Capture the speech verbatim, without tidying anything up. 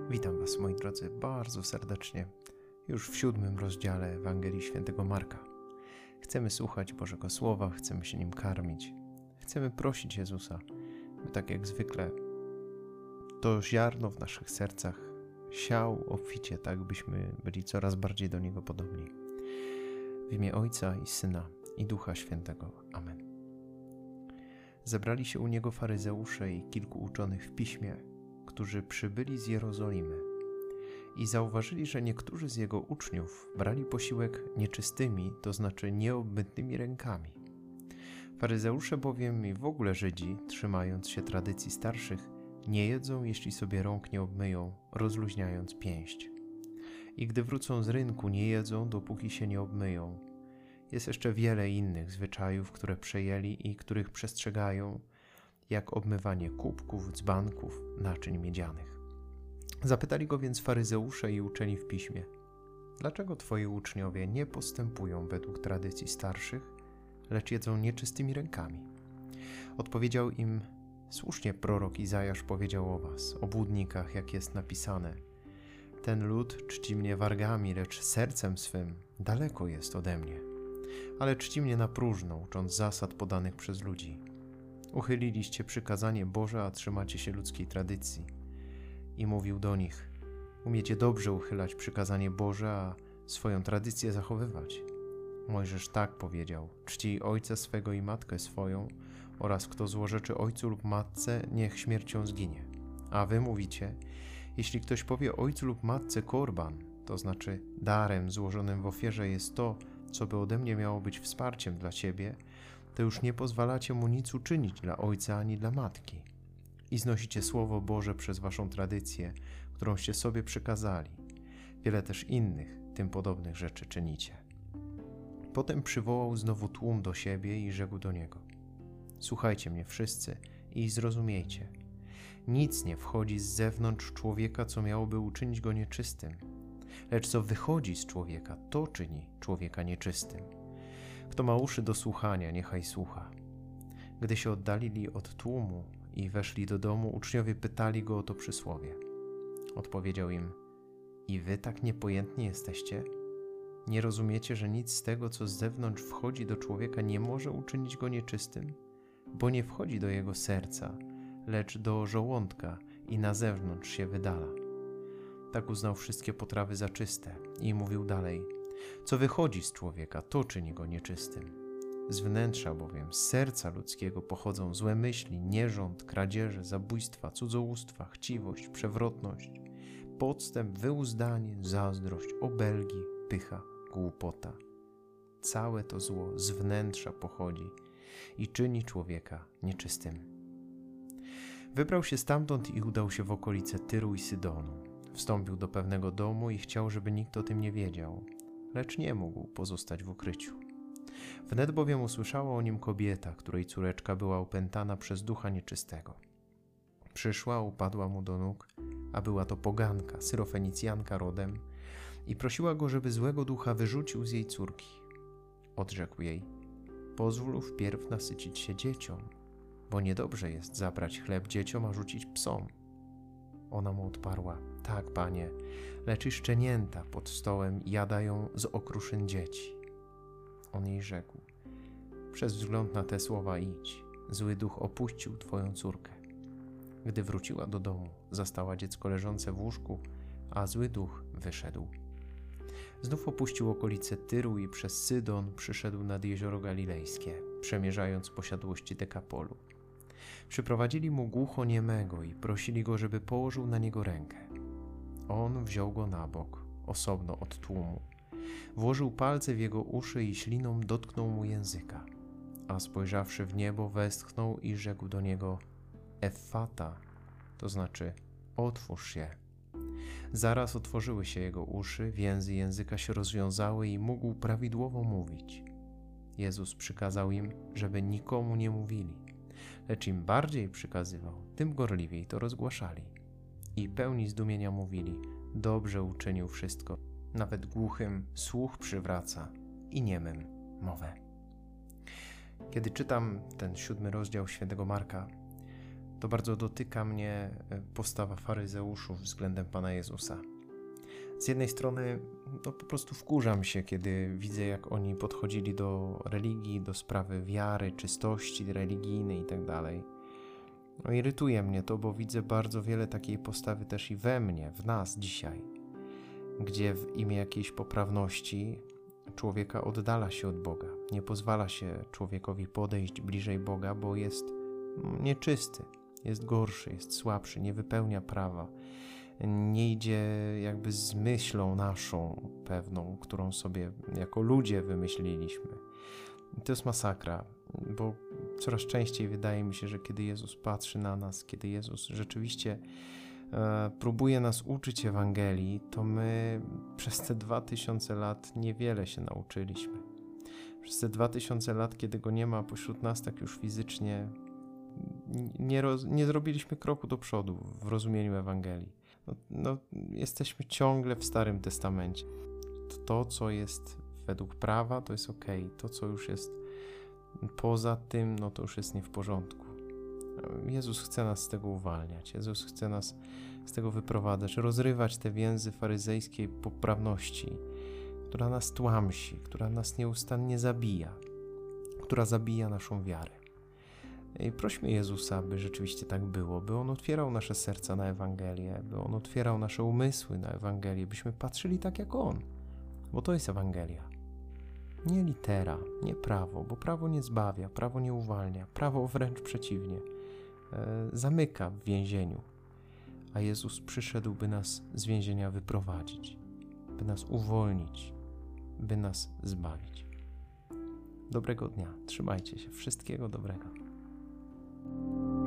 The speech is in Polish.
Witam Was, moi drodzy, bardzo serdecznie już w siódmym rozdziale Ewangelii Świętego Marka. Chcemy słuchać Bożego Słowa, chcemy się nim karmić. Chcemy prosić Jezusa, by tak jak zwykle to ziarno w naszych sercach siał obficie, tak byśmy byli coraz bardziej do Niego podobni. W imię Ojca i Syna i Ducha Świętego. Amen. Zebrali się u Niego faryzeusze i kilku uczonych w piśmie, którzy przybyli z Jerozolimy i zauważyli, że niektórzy z Jego uczniów brali posiłek nieczystymi, to znaczy nieobmytymi rękami. Faryzeusze bowiem i w ogóle Żydzi, trzymając się tradycji starszych, nie jedzą, jeśli sobie rąk nie obmyją, rozluźniając pięść. I gdy wrócą z rynku, nie jedzą, dopóki się nie obmyją. Jest jeszcze wiele innych zwyczajów, które przejęli i których przestrzegają, jak obmywanie kubków, dzbanków, naczyń miedzianych. Zapytali go więc faryzeusze i uczeni w piśmie: dlaczego twoi uczniowie nie postępują według tradycji starszych, lecz jedzą nieczystymi rękami? Odpowiedział im: słusznie prorok Izajasz powiedział o was, obłudnikach, jak jest napisane: ten lud czci mnie wargami, lecz sercem swym daleko jest ode mnie. Ale czci mnie na próżno, ucząc zasad podanych przez ludzi. Uchyliliście przykazanie Boże, a trzymacie się ludzkiej tradycji. I mówił do nich: umiecie dobrze uchylać przykazanie Boże, a swoją tradycję zachowywać. Mojżesz tak powiedział: czcij ojca swego i matkę swoją, oraz kto złorzeczy ojcu lub matce, niech śmiercią zginie. A wy mówicie: jeśli ktoś powie ojcu lub matce korban, to znaczy darem złożonym w ofierze jest to, co by ode mnie miało być wsparciem dla ciebie, to już nie pozwalacie mu nic uczynić dla ojca ani dla matki. I znosicie Słowo Boże przez waszą tradycję, którąście sobie przykazali. Wiele też innych, tym podobnych rzeczy czynicie. Potem przywołał znowu tłum do siebie i rzekł do niego: słuchajcie mnie wszyscy i zrozumiejcie. Nic nie wchodzi z zewnątrz człowieka, co miałoby uczynić go nieczystym, lecz co wychodzi z człowieka, to czyni człowieka nieczystym. Kto ma uszy do słuchania, niechaj słucha. Gdy się oddalili od tłumu i weszli do domu, uczniowie pytali go o to przysłowie. Odpowiedział im: i wy tak niepojętni jesteście? Nie rozumiecie, że nic z tego, co z zewnątrz wchodzi do człowieka, nie może uczynić go nieczystym? Bo nie wchodzi do jego serca, lecz do żołądka i na zewnątrz się wydala. Tak uznał wszystkie potrawy za czyste i mówił dalej: co wychodzi z człowieka, to czyni go nieczystym. Z wnętrza bowiem, z serca ludzkiego pochodzą złe myśli, nierząd, kradzieże, zabójstwa, cudzołóstwa, chciwość, przewrotność, podstęp, wyuzdanie, zazdrość, obelgi, pycha, głupota. Całe to zło z wnętrza pochodzi i czyni człowieka nieczystym. Wybrał się stamtąd i udał się w okolice Tyru i Sydonu. Wstąpił do pewnego domu i chciał, żeby nikt o tym nie wiedział, lecz nie mógł pozostać w ukryciu. Wnet bowiem usłyszała o nim kobieta, której córeczka była opętana przez ducha nieczystego. Przyszła, upadła mu do nóg, a była to poganka, Syrofenicjanka rodem, i prosiła go, żeby złego ducha wyrzucił z jej córki. Odrzekł jej: pozwól wpierw nasycić się dzieciom, bo niedobrze jest zabrać chleb dzieciom, a rzucić psom. Ona mu odparła: tak, panie, lecz i szczenięta pod stołem jadają z okruszyn dzieci. On jej rzekł: przez wzgląd na te słowa idź, zły duch opuścił twoją córkę. Gdy wróciła do domu, zastała dziecko leżące w łóżku, a zły duch wyszedł. Znów opuścił okolice Tyru i przez Sydon przyszedł nad jezioro Galilejskie, przemierzając posiadłości Dekapolu. Przyprowadzili mu głuchoniemego i prosili go, żeby położył na niego rękę. On wziął go na bok, osobno od tłumu. Włożył palce w jego uszy i śliną dotknął mu języka. A spojrzawszy w niebo, westchnął i rzekł do niego: Effata, to znaczy otwórz się. Zaraz otworzyły się jego uszy, więzy języka się rozwiązały i mógł prawidłowo mówić. Jezus przykazał im, żeby nikomu nie mówili, lecz im bardziej przykazywał, tym gorliwiej to rozgłaszali. I pełni zdumienia mówili: dobrze uczynił wszystko. Nawet głuchym słuch przywraca i niemym mowę. Kiedy czytam ten siódmy rozdział Świętego Marka, to bardzo dotyka mnie postawa faryzeuszów względem Pana Jezusa. Z jednej strony no, po prostu wkurzam się, kiedy widzę, jak oni podchodzili do religii, do sprawy wiary, czystości religijnej itd. No, irytuje mnie to, bo widzę bardzo wiele takiej postawy też i we mnie, w nas dzisiaj, gdzie w imię jakiejś poprawności człowieka oddala się od Boga. Nie pozwala się człowiekowi podejść bliżej Boga, bo jest nieczysty, jest gorszy, jest słabszy, nie wypełnia prawa. Nie idzie jakby z myślą naszą pewną, którą sobie jako ludzie wymyśliliśmy. I to jest masakra, bo coraz częściej wydaje mi się, że kiedy Jezus patrzy na nas, kiedy Jezus rzeczywiście e, próbuje nas uczyć Ewangelii, to my przez te dwa tysiące lat niewiele się nauczyliśmy. Przez te dwa tysiące lat, kiedy Go nie ma pośród nas tak już fizycznie, nie, roz, nie zrobiliśmy kroku do przodu w rozumieniu Ewangelii. No, no, jesteśmy ciągle w Starym Testamencie. To, co jest według prawa, to jest okej. To, co już jest poza tym, no to już jest nie w porządku. Jezus chce nas z tego uwalniać. Jezus chce nas z tego wyprowadzać, rozrywać te więzy faryzejskiej poprawności, która nas tłamsi, która nas nieustannie zabija, która zabija naszą wiarę. I prośmy Jezusa, by rzeczywiście tak było, by On otwierał nasze serca na Ewangelię, by On otwierał nasze umysły na Ewangelię, byśmy patrzyli tak jak On, bo to jest Ewangelia. Nie litera, nie prawo, bo prawo nie zbawia, prawo nie uwalnia, prawo wręcz przeciwnie, e, zamyka w więzieniu, a Jezus przyszedł, by nas z więzienia wyprowadzić, by nas uwolnić, by nas zbawić. Dobrego dnia, trzymajcie się, wszystkiego dobrego.